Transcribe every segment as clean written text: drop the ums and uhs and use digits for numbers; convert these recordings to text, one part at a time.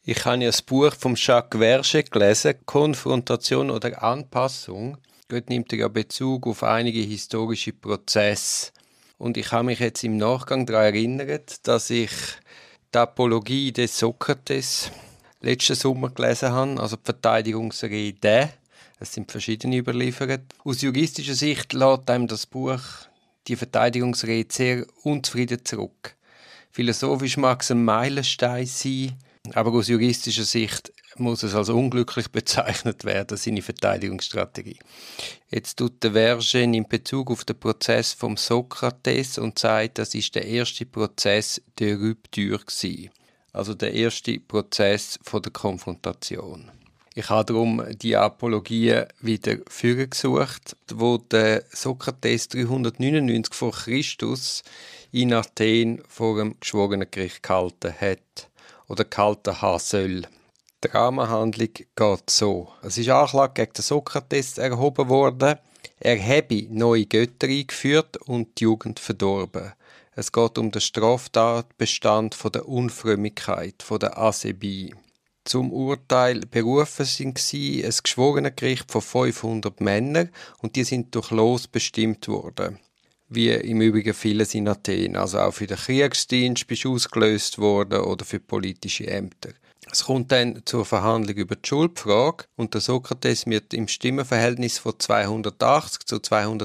Ich habe ja das Buch von Jacques Verger gelesen, «Konfrontation oder Anpassung». Dort nimmt er ja Bezug auf einige historische Prozesse. Und ich habe mich jetzt im Nachgang daran erinnert, dass ich die Apologie des Sokrates letzten Sommer gelesen habe, also die Verteidigungsrede. Es sind verschiedene überliefert. Aus juristischer Sicht lässt einem das Buch die Verteidigungsrede sehr unzufrieden zurück. Philosophisch mag es ein Meilenstein sein, aber aus juristischer Sicht muss es als unglücklich bezeichnet werden, seine Verteidigungsstrategie. Jetzt tut der Verger in Bezug auf den Prozess vom Sokrates und sagt, das ist der erste Prozess der Rupture gewesen. Also der erste Prozess von der Konfrontation. Ich habe darum die Apologie wieder gesucht, wo der Sokrates 399 vor Christus in Athen vor dem Geschworenengericht gehalten hat oder gehalten haben soll. Die Rahmenhandlung geht so. Es ist Anklage gegen den Sokrates erhoben worden. Er habe neue Götter eingeführt und die Jugend verdorben. Es geht um den Straftatbestand von der Unfrömmigkeit, von der Asebie. Zum Urteil berufen sind ein Geschworenengericht von 500 Männern und die sind durch Los bestimmt worden. Wie im Übrigen vieles in Athen. Also auch für den Kriegsdienst bist du ausgelöst worden oder für politische Ämter. Es kommt dann zur Verhandlung über die Schuldfrage und der Sokrates wird im Stimmenverhältnis von 280 zu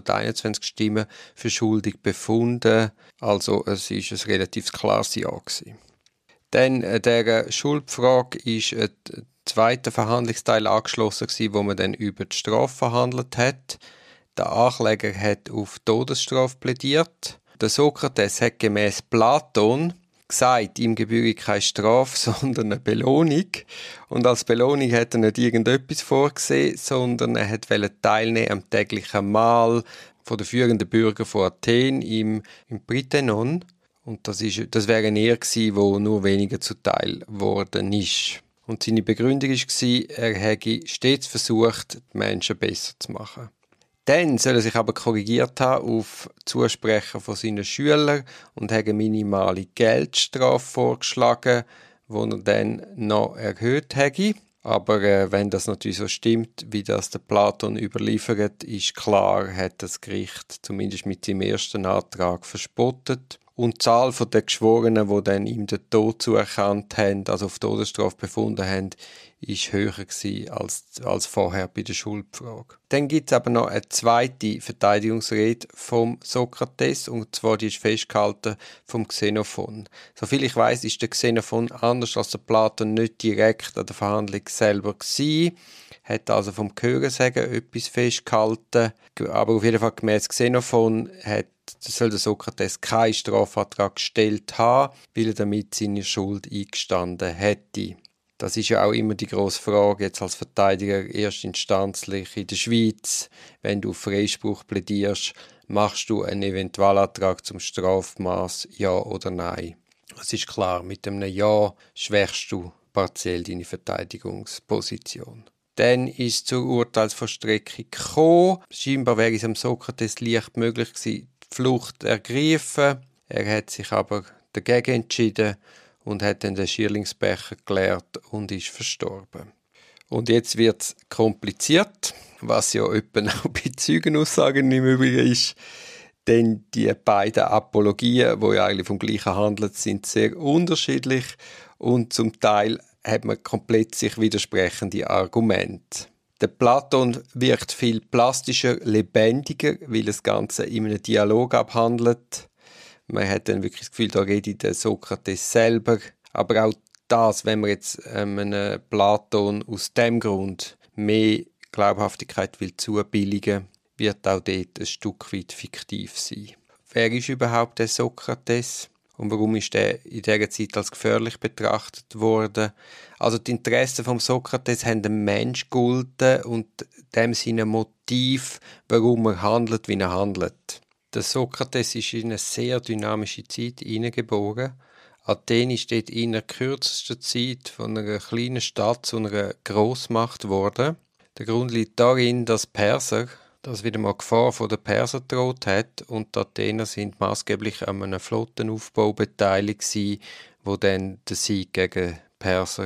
221 Stimmen für schuldig befunden. Also es ist ein relativ klares Ja gewesen. Dann der Schuldfrage ist ein zweiter Verhandlungsteil angeschlossen gewesen, wo man dann über die Strafe verhandelt hat. Der Ankläger hat auf Todesstrafe plädiert. Der Sokrates hat gemäß Platon gesagt, ihm gebühre keine Strafe, sondern eine Belohnung. Und als Belohnung hat er nicht irgendetwas vorgesehen, sondern er wollte teilnehmen am täglichen Mahl von den führenden Bürgern von Athen im Britenon. Und das wäre eine Ehre gewesen, die nur weniger zuteil geworden ist. Und seine Begründung war, er hätte stets versucht, die Menschen besser zu machen. Dann soll er sich aber korrigiert haben auf Zusprechen von seinen Schülern und hat eine minimale Geldstrafe vorgeschlagen, die er dann noch erhöht hätte. Aber wenn das natürlich so stimmt, wie das der Platon überliefert, ist klar, hat das Gericht zumindest mit seinem ersten Antrag verspottet. Und die Zahl der Geschworenen, die dann ihm den Tod zuerkannt haben, also auf Todesstrafe befunden haben, ist höher gewesen als vorher bei der Schuldfrage. Dann gibt es aber noch eine zweite Verteidigungsrede vom Sokrates, und zwar die ist festgehalten vom Xenophon. Soviel ich weiß, ist der Xenophon anders als der Platon nicht direkt an der Verhandlung selber gewesen, hat also vom Hörensagen etwas festgehalten, aber auf jeden Fall gemäß Xenophon soll der Sokrates keinen Strafantrag gestellt haben, weil er damit seine Schuld eingestanden hätte. Das ist ja auch immer die grosse Frage, jetzt als Verteidiger erstinstanzlich in der Schweiz, wenn du auf Freispruch plädierst, machst du einen Eventualantrag zum Strafmaß, ja oder nein? Es ist klar, mit einem Ja schwächst du partiell deine Verteidigungsposition. Dann ist es zur Urteilsvollstreckung gekommen. Scheinbar wäre es am Sokrates leicht möglich gewesen, die Flucht ergreifen. Er hat sich aber dagegen entschieden und hat dann den Schierlingsbecher geleert und ist verstorben. Und jetzt wird es kompliziert, was ja etwa auch bei Zeugenaussagen im Übrigen ist. Denn die beiden Apologien, die ja eigentlich vom Gleichen handeln, sind sehr unterschiedlich und zum Teil hat man komplett sich widersprechende Argumente. Der Platon wirkt viel plastischer, lebendiger, weil das Ganze in einem Dialog abhandelt. Man hat dann wirklich das Gefühl, da redet der Sokrates selber. Aber auch das, wenn man jetzt einem Platon aus dem Grund mehr Glaubhaftigkeit will zubilligen, wird auch dort ein Stück weit fiktiv sein. Wer ist überhaupt der Sokrates? Und warum ist er in dieser Zeit als gefährlich betrachtet worden? Also die Interessen vom Sokrates haben dem Mensch gegolten und dem seine Motiv, warum er handelt, wie er handelt. Der Sokrates ist in eine sehr dynamische Zeit hineingeboren. Athen ist dort in der kürzesten Zeit von einer kleinen Stadt zu einer Grossmacht geworden. Der Grund liegt darin, dass Perser, dass wieder mal Gefahr von den Persern droht hat und die Athener sind maßgeblich an einem Flottenaufbau beteiligt gewesen, wo dann den Sieg gegen Perser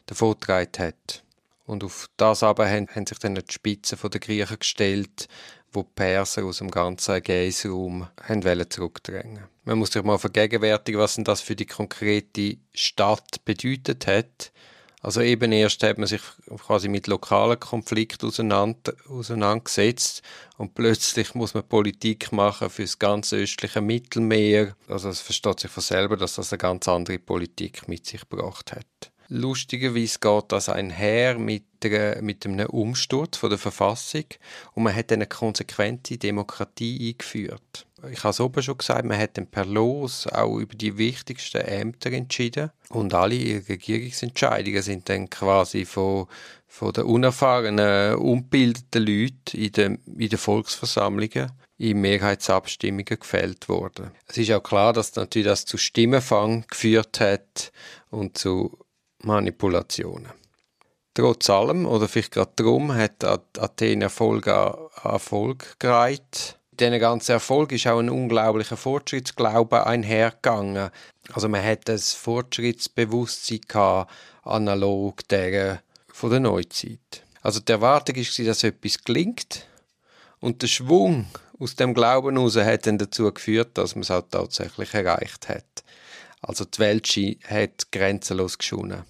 davongetragen hat. Und auf das aber haben sich dann die Spitzen der Griechen gestellt, wo die Perser aus dem ganzen Ägäisraum zurückdrängen. Man muss sich mal vergegenwärtigen, was denn das für die konkrete Stadt bedeutet hat. Also eben erst hat man sich quasi mit lokalen Konflikten auseinandergesetzt und plötzlich muss man Politik machen für das ganze östliche Mittelmeer. Also es versteht sich von selber, dass das eine ganz andere Politik mit sich gebracht hat. Lustigerweise geht das einher mit einem Umsturz von der Verfassung und man hat eine konsequente Demokratie eingeführt. Ich habe es oben schon gesagt, man hat dann per Los auch über die wichtigsten Ämter entschieden und alle Regierungsentscheidungen sind dann quasi von den unerfahrenen, ungebildeten Leuten in den Volksversammlungen in Mehrheitsabstimmungen gefällt worden. Es ist auch klar, dass natürlich das zu Stimmenfang geführt hat und zu Manipulationen. Trotz allem, oder vielleicht gerade darum, hat Athen Erfolg an Erfolg gereiht. Diesen ganzen Erfolg ist auch ein unglaublicher Fortschrittsglaube einhergegangen. Also man hat ein Fortschrittsbewusstsein gehabt, analog der von der Neuzeit. Also die Erwartung war, dass etwas gelingt und der Schwung aus dem Glauben heraus hat dann dazu geführt, dass man es auch tatsächlich erreicht hat. Also die Welt hat grenzenlos geschunden.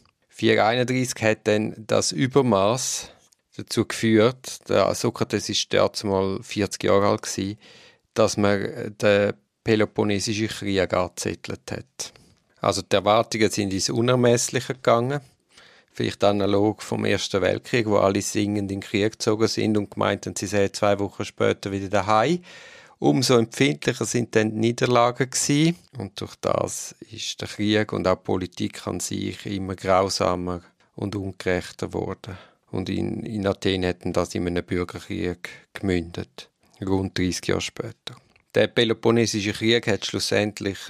431 hat dann das Übermaß dazu geführt, der Sokrates war damals mal 40 Jahre alt, dass man den Peloponnesischen Krieg angezettelt hat. Also die Erwartungen sind ins Unermessliche gegangen. Vielleicht analog vom Ersten Weltkrieg, wo alle singend in den Krieg gezogen sind und gemeint haben, sie seien 2 Wochen später wieder daheim. Umso empfindlicher sind dann die Niederlagen gewesen. Und durch das ist der Krieg und auch die Politik an sich immer grausamer und ungerechter geworden. Und in Athen hätten das in einem Bürgerkrieg gemündet, rund 30 Jahre später. Der Peloponnesische Krieg hat schlussendlich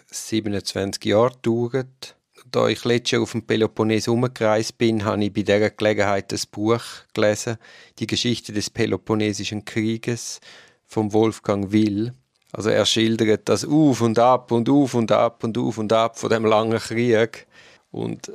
27 Jahre gedauert. Da ich letztes Jahr auf dem Peloponnes herumgereist bin, habe ich bei dieser Gelegenheit ein Buch gelesen, «Die Geschichte des Peloponnesischen Krieges», von Wolfgang Will. Also er schildert das Auf und Ab und Auf und Ab und Auf und Ab von dem langen Krieg. Und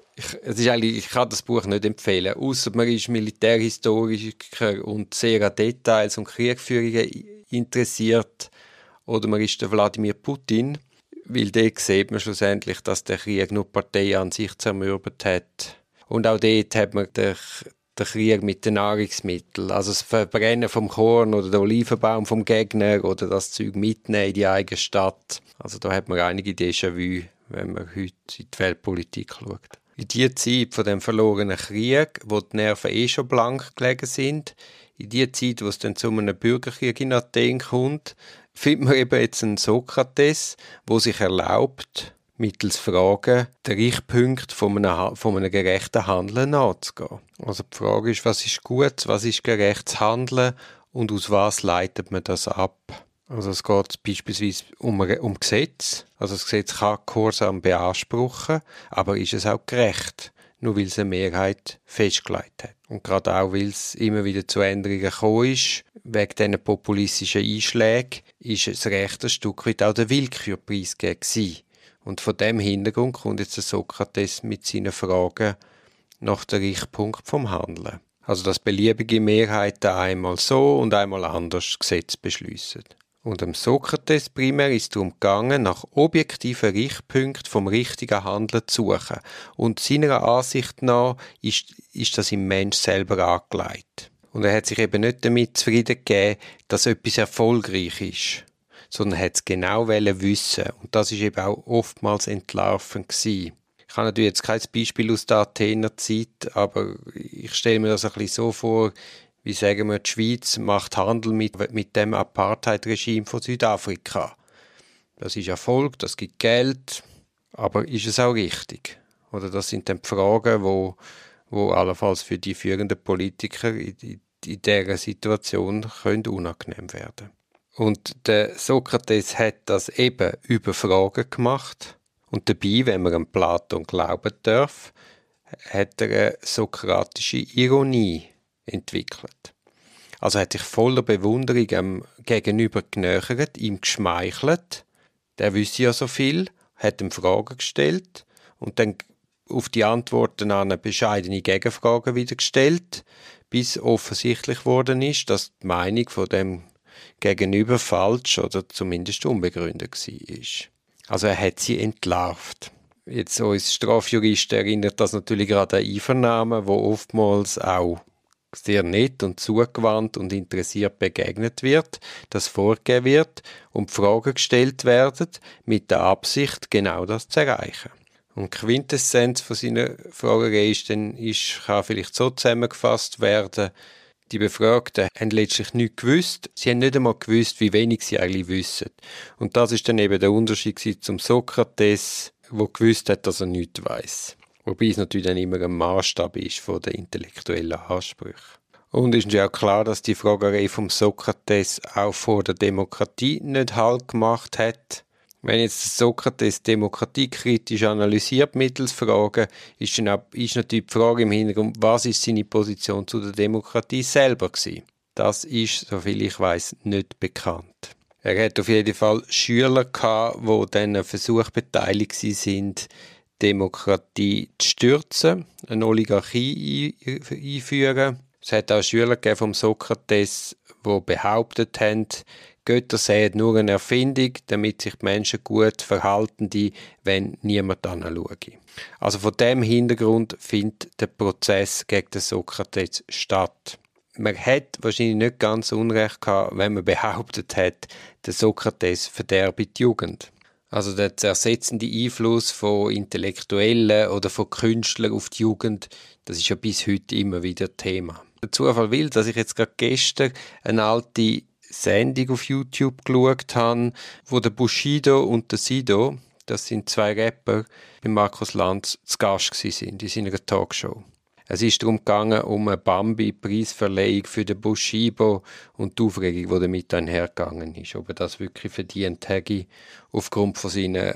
ich kann das Buch nicht empfehlen, außer man ist Militärhistoriker und sehr an Details und Kriegführungen interessiert. Oder man ist der Wladimir Putin, weil dort sieht man schlussendlich, dass der Krieg nur die Partei an sich zermürbt hat. Und auch dort hat man den Krieg mit den Nahrungsmitteln, also das Verbrennen vom Korn oder der Olivenbaum vom Gegner oder das Zeug mitnehmen in die eigene Stadt. Also da hat man einige Déjà-vu, wenn man heute in die Weltpolitik schaut. In dieser Zeit von dem verlorenen Krieg, wo die Nerven schon blank gelegen sind, in dieser Zeit, wo es dann zu einem Bürgerkrieg in Athen kommt, findet man eben jetzt einen Sokrates, der sich erlaubt, mittels Fragen den Richtpunkt von einem gerechten Handeln nachzugehen. Also die Frage ist, was ist gut, was ist gerechtes Handeln und aus was leitet man das ab? Also es geht beispielsweise um Gesetz. Also das Gesetz kann Gehorsam beanspruchen, aber ist es auch gerecht, nur weil es eine Mehrheit festgelegt hat. Und gerade auch, weil es immer wieder zu Änderungen gekommen ist, wegen diesen populistischen Einschlägen, ist es recht ein Stück weit auch der Willkür preisgegeben. Und von dem Hintergrund kommt jetzt der Sokrates mit seinen Fragen nach dem Richtpunkt vom Handeln. Also dass beliebige Mehrheiten einmal so und einmal anders Gesetz beschliessen. Und dem Sokrates primär ist darum gegangen, nach objektiven Richtpunkten vom richtigen Handeln zu suchen. Und seiner Ansicht nach ist das im Mensch selber angelegt. Und er hat sich eben nicht damit zufrieden gegeben, dass etwas erfolgreich ist, sondern hat es genau wissen. Und das ist eben auch oftmals entlarvend gewesen. Ich habe natürlich jetzt kein Beispiel aus der Athener Zeit, aber ich stelle mir das ein bisschen so vor, wie sagen wir, die Schweiz macht Handel mit dem Apartheid-Regime von Südafrika. Das ist Erfolg, das gibt Geld, aber ist es auch richtig? Oder das sind dann die Fragen, wo allenfalls für die führenden Politiker in dieser Situation können unangenehm werden. Und der Sokrates hat das eben über Fragen gemacht. Und dabei, wenn man an Platon glauben darf, hat er eine sokratische Ironie entwickelt. Also hat sich voller Bewunderung am Gegenüber genähert, ihm geschmeichelt. Der wüsste ja so viel, hat ihm Fragen gestellt und dann auf die Antworten an bescheidene Gegenfragen wieder gestellt, bis offensichtlich worden ist, dass die Meinung von dem Gegenüber falsch oder zumindest unbegründet war. Also er hat sie entlarvt. Jetzt uns Strafjuristen erinnert das natürlich gerade an Einvernahmen, wo oftmals auch sehr nett und zugewandt und interessiert begegnet wird, dass vorgegeben wird und Fragen gestellt werden, mit der Absicht, genau das zu erreichen. Und die Quintessenz von seiner Fragerei kann vielleicht so zusammengefasst werden: Die Befragten haben letztlich nichts gewusst. Sie haben nicht einmal gewusst, wie wenig sie eigentlich wissen. Und das ist dann eben der Unterschied zum Sokrates, der gewusst hat, dass er nichts weiss. Wobei es natürlich dann immer ein Maßstab ist von den intellektuellen Ansprüchen. Und es ist ja auch klar, dass die Fragerei vom Sokrates auch vor der Demokratie nicht Halt gemacht hat. Wenn jetzt Sokrates demokratiekritisch analysiert mittels Fragen, ist natürlich die Frage im Hintergrund, was ist seine Position zu der Demokratie selber gewesen? Das ist, soviel ich weiß, nicht bekannt. Er hat auf jeden Fall Schüler gehabt, die dann an Versuch beteiligt sind, Demokratie zu stürzen, eine Oligarchie einführen. Es hat auch Schüler gegeben vom Sokrates, die behauptet haben, Götter seien nur eine Erfindung, damit sich die Menschen gut verhalten, wenn niemand anschaue. Also von dem Hintergrund findet der Prozess gegen den Sokrates statt. Man hat wahrscheinlich nicht ganz Unrecht gehabt, wenn man behauptet hat, der Sokrates verderbe die Jugend. Also der zersetzende Einfluss von Intellektuellen oder von Künstlern auf die Jugend, das ist ja bis heute immer wieder Thema. Der Zufall will, dass ich jetzt gerade gestern eine alte Sendung auf YouTube geschaut habe, wo der Bushido und der Sido, das sind zwei Rapper, bei Markus Lanz zu Gast waren in seiner Talkshow. Es ist darum gegangen, um eine Bambi-Preisverleihung für den Bushido und die Aufregung, die damit einhergegangen ist. Ob er das wirklich verdient hätte, aufgrund von seinen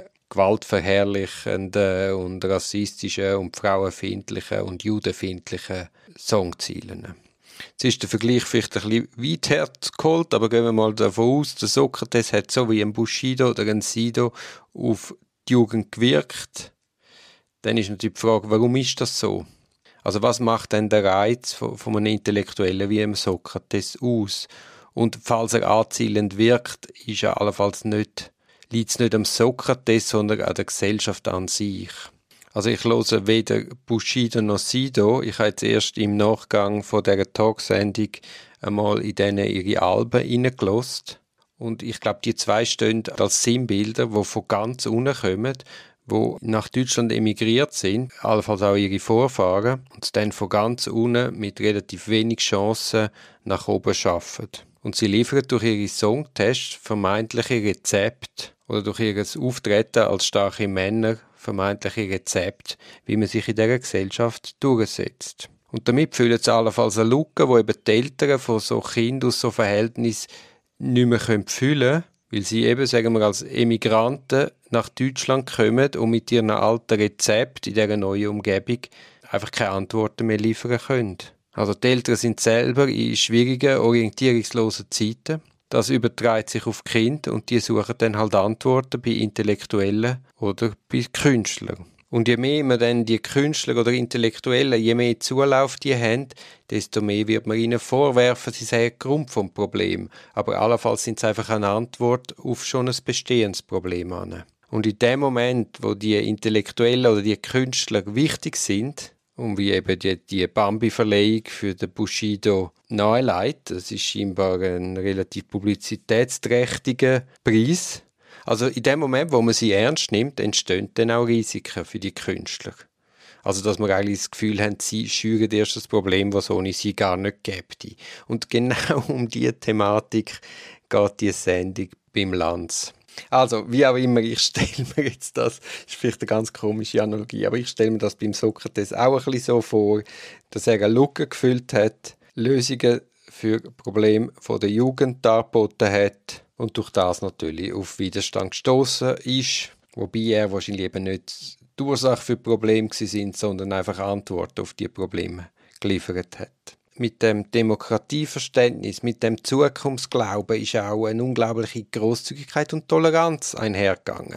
gewaltverherrlichenden und rassistischen und frauenfeindlichen und judenfeindlichen Songzielen. Jetzt ist der Vergleich vielleicht ein bisschen weit hergeholt, aber gehen wir mal davon aus, der Sokrates hat so wie ein Bushido oder ein Sido auf die Jugend gewirkt. Dann ist natürlich die Frage, warum ist das so? Also was macht denn der Reiz von einem Intellektuellen wie einem Sokrates aus? Und falls er anzielend wirkt, ist er allenfalls liegt es nicht am Sokrates, sondern an der Gesellschaft an sich. Also ich höre weder Bushido noch Sido. Ich habe jetzt erst im Nachgang von dieser Talksendung einmal in ihre Alben reingelassen. Und ich glaube, die zwei stehen als Sinnbilder, die von ganz unten kommen, die nach Deutschland emigriert sind, allenfalls auch ihre Vorfahren, und dann von ganz unten mit relativ wenig Chancen nach oben arbeiten. Und sie liefern durch ihre Songtests vermeintliche Rezepte oder durch ihr Auftreten als starke Männer vermeintliche Rezepte, wie man sich in dieser Gesellschaft durchsetzt. Und damit füllen sie allenfalls eine Lücke, die eben die Eltern von so Kindern aus so Verhältnissen nicht mehr füllen können, weil sie eben, sagen wir, als Emigranten nach Deutschland kommen und mit ihren alten Rezepten in dieser neuen Umgebung einfach keine Antworten mehr liefern können. Also die Eltern sind selber in schwierigen, orientierungslosen Zeiten. Das überträgt sich auf die Kinder und die suchen dann halt Antworten bei Intellektuellen oder bei Künstlern. Und je mehr man dann die Künstler oder Intellektuellen, je mehr Zulauf die haben, desto mehr wird man ihnen vorwerfen, sie seien Grund vom Problem. Aber allenfalls sind es einfach eine Antwort auf schon ein bestehendes Problem an. Und in dem Moment, wo die Intellektuellen oder die Künstler wichtig sind, und wie eben die Bambi-Verleihung für den Bushido nahelegt, das ist scheinbar ein relativ publizitätsträchtiger Preis. Also in dem Moment, wo man sie ernst nimmt, entstehen dann auch Risiken für die Künstler. Also dass man eigentlich das Gefühl hat, sie schüren erst das Problem, was ohne sie gar nicht gäbe. Und genau um diese Thematik geht die Sendung beim Lanz. Also, wie auch immer, ich stelle mir jetzt das ist vielleicht eine ganz komische Analogie, aber ich stelle mir das beim Sokrates auch ein bisschen so vor, dass er eine Lücke gefüllt hat, Lösungen für Probleme der Jugend dargeboten hat und durch das natürlich auf Widerstand gestoßen ist, wobei er wahrscheinlich eben nicht die Ursache für die Probleme sind, sondern einfach Antworten auf die Probleme geliefert hat. Mit dem Demokratieverständnis, mit dem Zukunftsglauben ist auch eine unglaubliche Grosszügigkeit und Toleranz einhergegangen.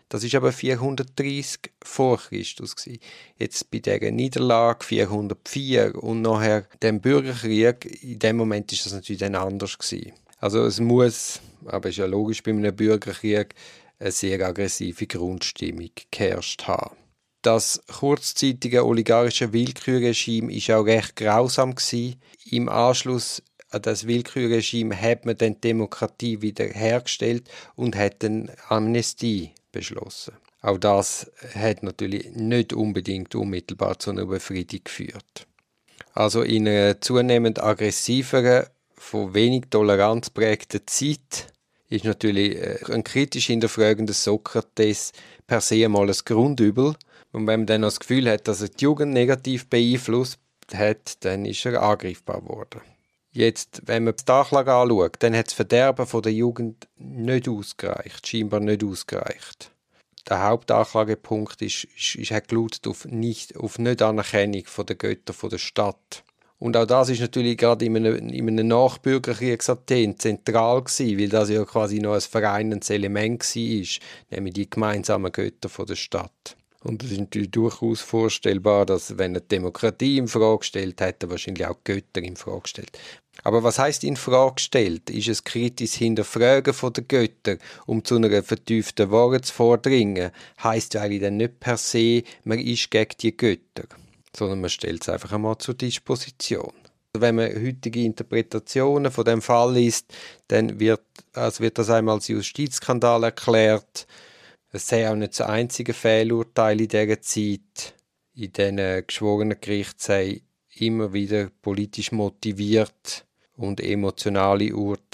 Das ist aber 430 vor Christus gewesen. Jetzt bei dieser Niederlage 404 und nachher dem Bürgerkrieg, in dem Moment ist das natürlich dann anders gewesen. Also es muss, aber ist ja logisch bei einem Bürgerkrieg, eine sehr aggressive Grundstimmung geherrscht haben. Das kurzzeitige oligarchische Willkürregime war auch recht grausam gewesen. Im Anschluss an das Willkürregime hat man dann die Demokratie wieder hergestellt und hat eine Amnestie beschlossen. Auch das hat natürlich nicht unbedingt unmittelbar zu einer Befriedung geführt. Also in einer zunehmend aggressiveren, von wenig Toleranz prägten Zeit ist natürlich ein kritisch hinterfragendes Sokrates per se einmal ein Grundübel. Und wenn man dann das Gefühl hat, dass er die Jugend negativ beeinflusst hat, dann ist er angreifbar geworden. Jetzt, wenn man die Anklage anschaut, dann hat das Verderben von der Jugend nicht ausgereicht, scheinbar nicht ausgereicht. Der Hauptanklagepunkt hat gelautet auf Nicht-Anerkennung der Götter der Stadt. Und auch das ist natürlich gerade in einem Nachbürgerkriegsathen zentral gewesen, weil das ja quasi noch ein vereinendes Element war, nämlich die gemeinsamen Götter der Stadt. Und es ist natürlich durchaus vorstellbar, dass, wenn er die Demokratie in Frage stellt, hat er wahrscheinlich auch die Götter in Frage gestellt. Aber was heisst in Frage gestellt? Ist es kritisches Hinterfragen der Götter, um zu einer vertieften Wahrheit zu vordringen? Heisst ja eigentlich dann nicht per se, man ist gegen die Götter, sondern man stellt es einfach einmal zur Disposition. Wenn man heutige Interpretationen von dem Fall liest, dann wird das einmal als Justizskandal erklärt. Es sei auch nicht das einzige Fehlurteil in dieser Zeit. In diesen geschworenen Gerichten sei immer wieder politisch motiviert und emotionale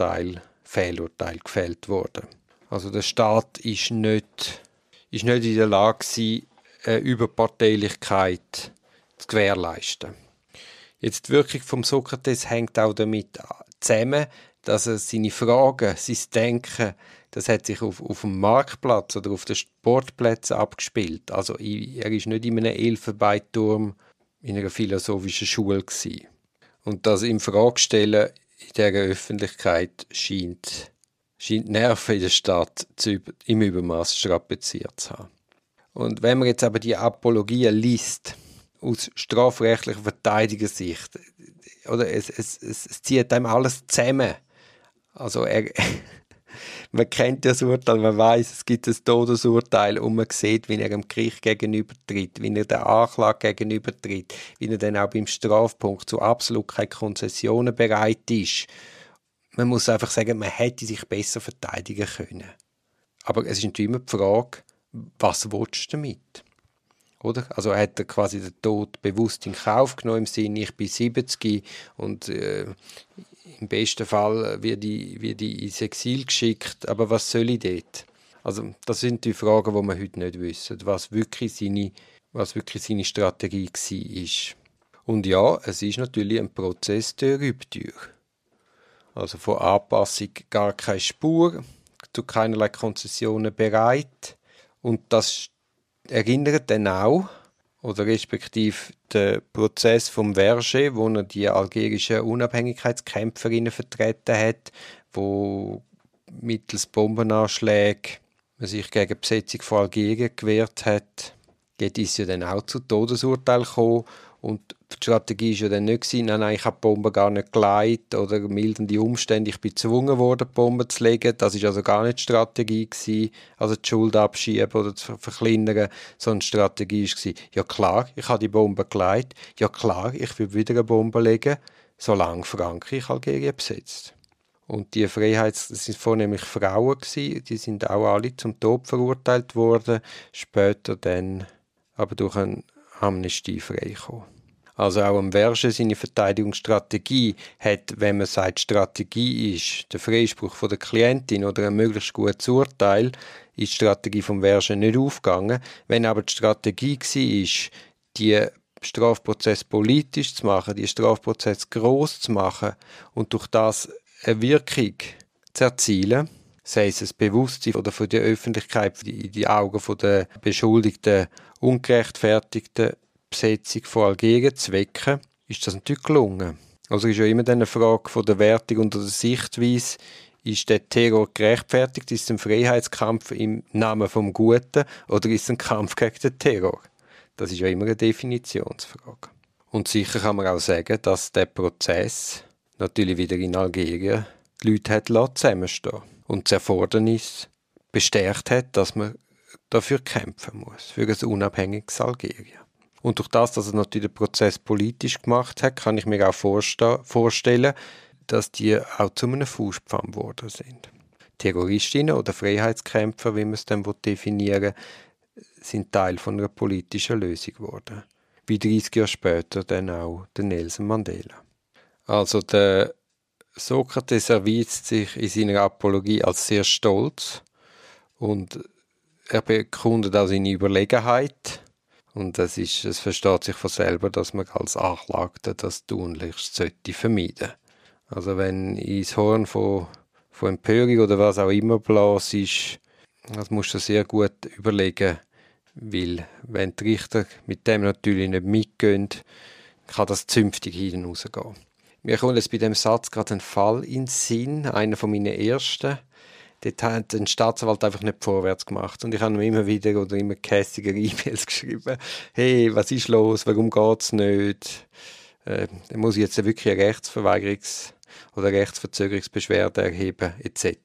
Fehlurteile gefällt worden. Also der Staat ist nicht in der Lage gewesen, eine Überparteilichkeit zu gewährleisten. Jetzt die Wirkung vom Sokrates hängt auch damit zusammen, dass er seine Fragen, sein Denken, das hat sich auf dem Marktplatz oder auf den Sportplätzen abgespielt. Also er ist nicht in einem Elfenbeinturm in einer philosophischen Schule gewesen. Und das in Frage stellen in dieser Öffentlichkeit scheint Nerven in der Stadt im Übermaß strapaziert zu haben. Und wenn man jetzt aber die Apologie liest, aus strafrechtlicher Verteidigersicht, oder es zieht einem alles zusammen. Also man kennt das Urteil, man weiß, es gibt ein Todesurteil und man sieht, wie er dem Gericht gegenübertritt, wie er der Anklage gegenübertritt, wie er dann auch beim Strafpunkt zu absolut keine Konzessionen bereit ist. Man muss einfach sagen, man hätte sich besser verteidigen können. Aber es ist natürlich immer die Frage, was willst du damit? Oder? Also hat er quasi den Tod bewusst in Kauf genommen, im Sinne, ich bin 70 und im besten Fall werde ich ins Exil geschickt, aber was soll ich dort? Also das sind die Fragen, die wir heute nicht wissen, was wirklich seine Strategie war. Und ja, es ist natürlich ein Prozess der Rücktür. Also von Anpassung gar keine Spur, zu keinerlei Konzessionen bereit. Und das erinnert dann auch, oder respektive der Prozess vom Verger, wo er die algerischen Unabhängigkeitskämpferinnen vertreten hat, wo mittels Bombenanschlägen man sich gegen die Besetzung von Algerien gewehrt hat. Dort ist ja dann auch zu Todesurteil gekommen. Und die Strategie war ja dann nicht, nein, ich habe die Bombe gar nicht geleitet oder mildernde Umstände, ich bin gezwungen worden, die Bombe zu legen. Das war also gar nicht die Strategie gewesen, also die Schuld abschieben oder zu verkleinern, sondern die Strategie war, ja klar, ich habe die Bombe geleitet, ja klar, ich will wieder eine Bombe legen, solange Frankreich Algerien besetzt. Und die das sind vornehmlich Frauen gewesen, die sind auch alle zum Tod verurteilt worden, später dann aber durch eine Amnestie freigekommen. Also auch am Verger seine Verteidigungsstrategie hat, wenn man sagt, Strategie ist der Freispruch von der Klientin oder ein möglichst gutes Urteil, ist die Strategie vom Verger nicht aufgegangen. Wenn aber die Strategie war, die Strafprozess politisch zu machen, die Strafprozess gross zu machen und durch das eine Wirkung zu erzielen, sei es ein Bewusstsein oder für die Öffentlichkeit in die Augen der beschuldigten, ungerechtfertigten Besetzung von Algerien zu wecken, ist das natürlich gelungen. Also ist ja immer eine Frage von der Wertung und der Sichtweise, Ist der Terror gerechtfertigt? Ist es ein Freiheitskampf im Namen vom Guten oder ist es ein Kampf gegen den Terror? Das ist ja immer eine Definitionsfrage. Und sicher kann man auch sagen, dass der Prozess natürlich wieder in Algerien die Leute hat zusammenstehen und das Erfordernis bestärkt hat, dass man dafür kämpfen muss, für ein unabhängiges Algerien. Und durch das, dass er natürlich den Prozess politisch gemacht hat, kann ich mir auch vorstellen, dass die auch zu einem Fußpfamm geworden sind. Terroristinnen oder Freiheitskämpfer, wie man es dann definieren will, sind Teil von einer politischen Lösung geworden. Wie 30 Jahre später dann auch der Nelson Mandela. Also der Sokrates erweist sich in seiner Apologie als sehr stolz und er bekundet auch seine Überlegenheit. Und es versteht sich von selber, dass man als Anklagter das tunlichst vermeiden sollte. Also wenn ins Horn von Empörung oder was auch immer blas ist, das musst du sehr gut überlegen, weil wenn die Richter mit dem natürlich nicht mitgehen, kann das zünftig hinten rausgehen. Mir kommt jetzt bei dem Satz gerade ein Fall in den Sinn, einer von meinen ersten. Dort hat ein Staatsanwalt einfach nicht vorwärts gemacht. Und ich habe ihm immer wieder oder immer kässige E-Mails geschrieben. Hey, was ist los? Warum geht es nicht? Muss ich jetzt wirklich eine Rechtsverweigerungs- oder Rechtsverzögerungsbeschwerde erheben, etc.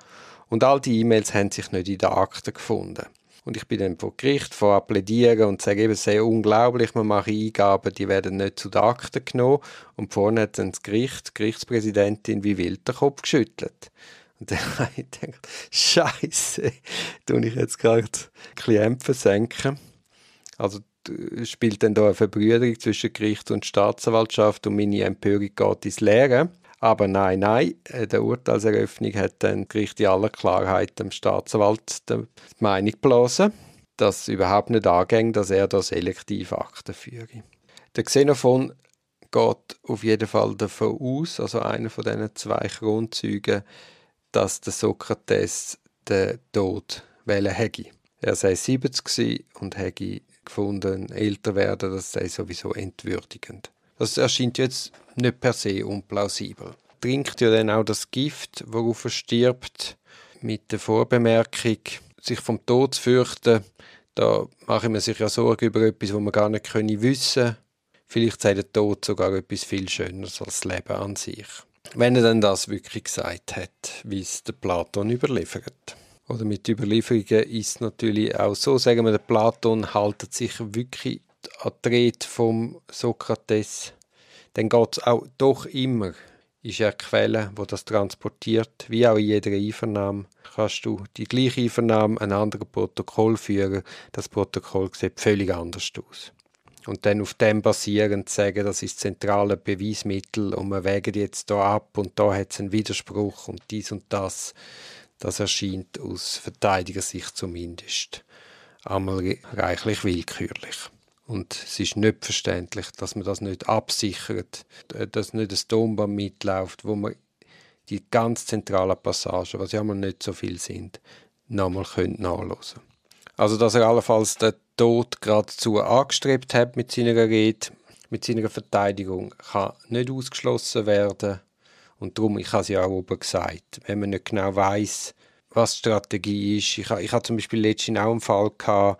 Und all die E-Mails haben sich nicht in den Akten gefunden. Und ich bin dann vor Gericht plädieren und sage eben, es sei unglaublich, man mache Eingaben, die werden nicht zu den Akten genommen. Und vorne hat dann die Gerichtspräsidentin wie wild den Kopf geschüttelt. Und dann habe ich gedacht, Scheiße, tue ich jetzt gerade Klienten senken. Also spielt dann da eine Verbrüderung zwischen Gericht und Staatsanwaltschaft und meine Empörung geht ins Leere. Aber nein, der Urteilseröffnung hat dann Gericht in aller Klarheit dem Staatsanwalt die Meinung geblasen, dass es überhaupt nicht angeht, dass er da selektiv Akten führe. Der Xenophon geht auf jeden Fall davon aus, also einer von diesen zwei Kronzeugen, dass der Sokrates den Tod wählen hätte. Er sei 70 gewesen und hätte gefunden, älter werden, das sei sowieso entwürdigend. Das erscheint jetzt nicht per se unplausibel. Er trinkt ja dann auch das Gift, worauf er stirbt, mit der Vorbemerkung, sich vom Tod zu fürchten. Da mache ich mir sich ja Sorgen über etwas, was man gar nicht wissen können. Vielleicht sei der Tod sogar etwas viel Schöneres als das Leben an sich. Wenn er dann das wirklich gesagt hat, wie es der Platon überliefert. Oder mit Überlieferungen ist es natürlich auch so, sagen wir, der Platon haltet sich wirklich an die Rede vom Sokrates. Dann geht es auch doch immer, ist ja eine Quelle, die das transportiert. Wie auch in jeder Einvernahme kannst du die gleiche Einvernahme ein anderes Protokoll führen. Das Protokoll sieht völlig anders aus. Und dann auf dem basierend sagen, das ist das zentrale Beweismittel und wir wägen jetzt da ab und da hat es einen Widerspruch und dies und das. Das erscheint aus Verteidigersicht zumindest einmal reichlich willkürlich. Und es ist nicht verständlich, dass man das nicht absichert, dass nicht ein Tonband mitläuft, wo man die ganz zentralen Passagen, was ja mal nicht so viel sind, nochmal nachhören können. Also, dass er allenfalls den Tod geradezu angestrebt hat mit seiner Rede, mit seiner Verteidigung, kann nicht ausgeschlossen werden. Und darum, ich habe es ja auch oben gesagt, wenn man nicht genau weiss, was die Strategie ist. Ich habe zum Beispiel letztens auch einen Fall gehabt,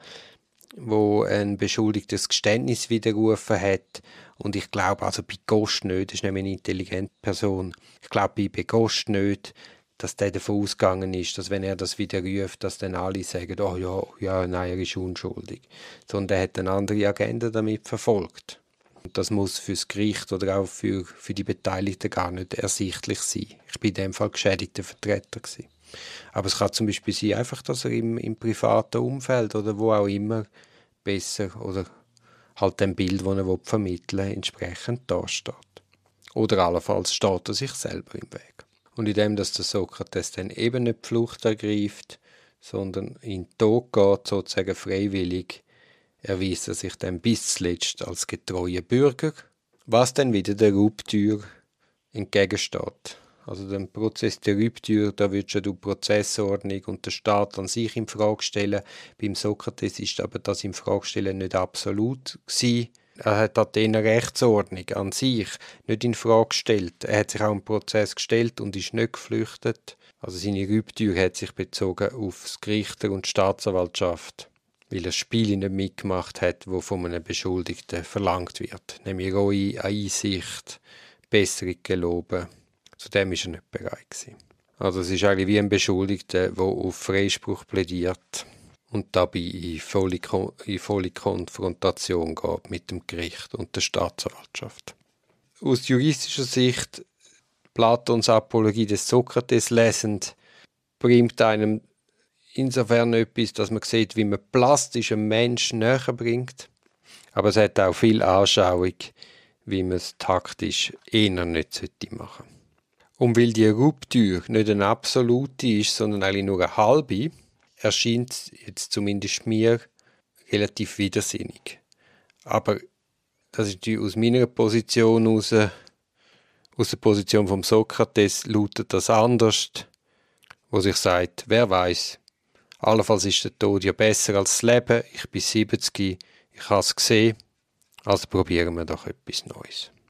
wo ein Beschuldigter das Geständnis widerrufen hat. Und ich glaube, also bei Gost nicht, das ist nämlich eine intelligente Person, ich glaube bei Gost nicht, dass der davon ausgegangen ist, dass wenn er das widerruft, dass dann alle sagen, oh ja, nein, er ist unschuldig. Sondern er hat eine andere Agenda damit verfolgt. Und das muss für das Gericht oder auch für die Beteiligten gar nicht ersichtlich sein. Ich war in dem Fall geschädigter Vertreter gewesen. Aber es kann zum Beispiel sein, einfach, dass er im privaten Umfeld oder wo auch immer besser oder halt dem Bild, das er vermitteln will, entsprechend dasteht. Oder allenfalls steht er sich selber im Weg. Und indem, dass der Sokrates dann eben nicht die Flucht ergreift, sondern in den Tod geht, sozusagen freiwillig, erweist er sich dann bis zuletzt als getreuer Bürger, was dann wieder der Raubtür entgegensteht. Also dem Prozess der Raubtür, da würdest du die Prozessordnung und den Staat an sich in Frage stellen. Beim Sokrates ist aber das in Frage stellen nicht absolut gewesen, Er hat Athener Rechtsordnung an sich nicht in Frage gestellt. Er hat sich auch im Prozess gestellt und ist nicht geflüchtet. Also seine Rücktür hat sich bezogen auf das Gericht und die Staatsanwaltschaft, weil er das Spiel nicht mitgemacht hat, wo von einem Beschuldigten verlangt wird. Nämlich Reue, Einsicht, Besserung geloben. Zu dem war er nicht bereit gewesen. Also es ist eigentlich wie ein Beschuldigter, der auf Freispruch plädiert und dabei in volle Konfrontation geht mit dem Gericht und der Staatsanwaltschaft. Aus juristischer Sicht, Platons Apologie des Sokrates lesend, bringt einem insofern etwas, dass man sieht, wie man plastisch einen Menschen näher bringt. Aber es hat auch viel Anschauung, wie man es taktisch eher nicht machen sollte. Und weil die Ruptur nicht eine absolute ist, sondern eigentlich nur eine halbe, erscheint es jetzt zumindest mir relativ widersinnig. Aber das ist natürlich aus meiner Position aus der Position vom Sokrates lautet das anders, wo sich sagt, wer weiß, allenfalls ist der Tod ja besser als das Leben, ich bin 70, ich habe es gesehen, also probieren wir doch etwas Neues.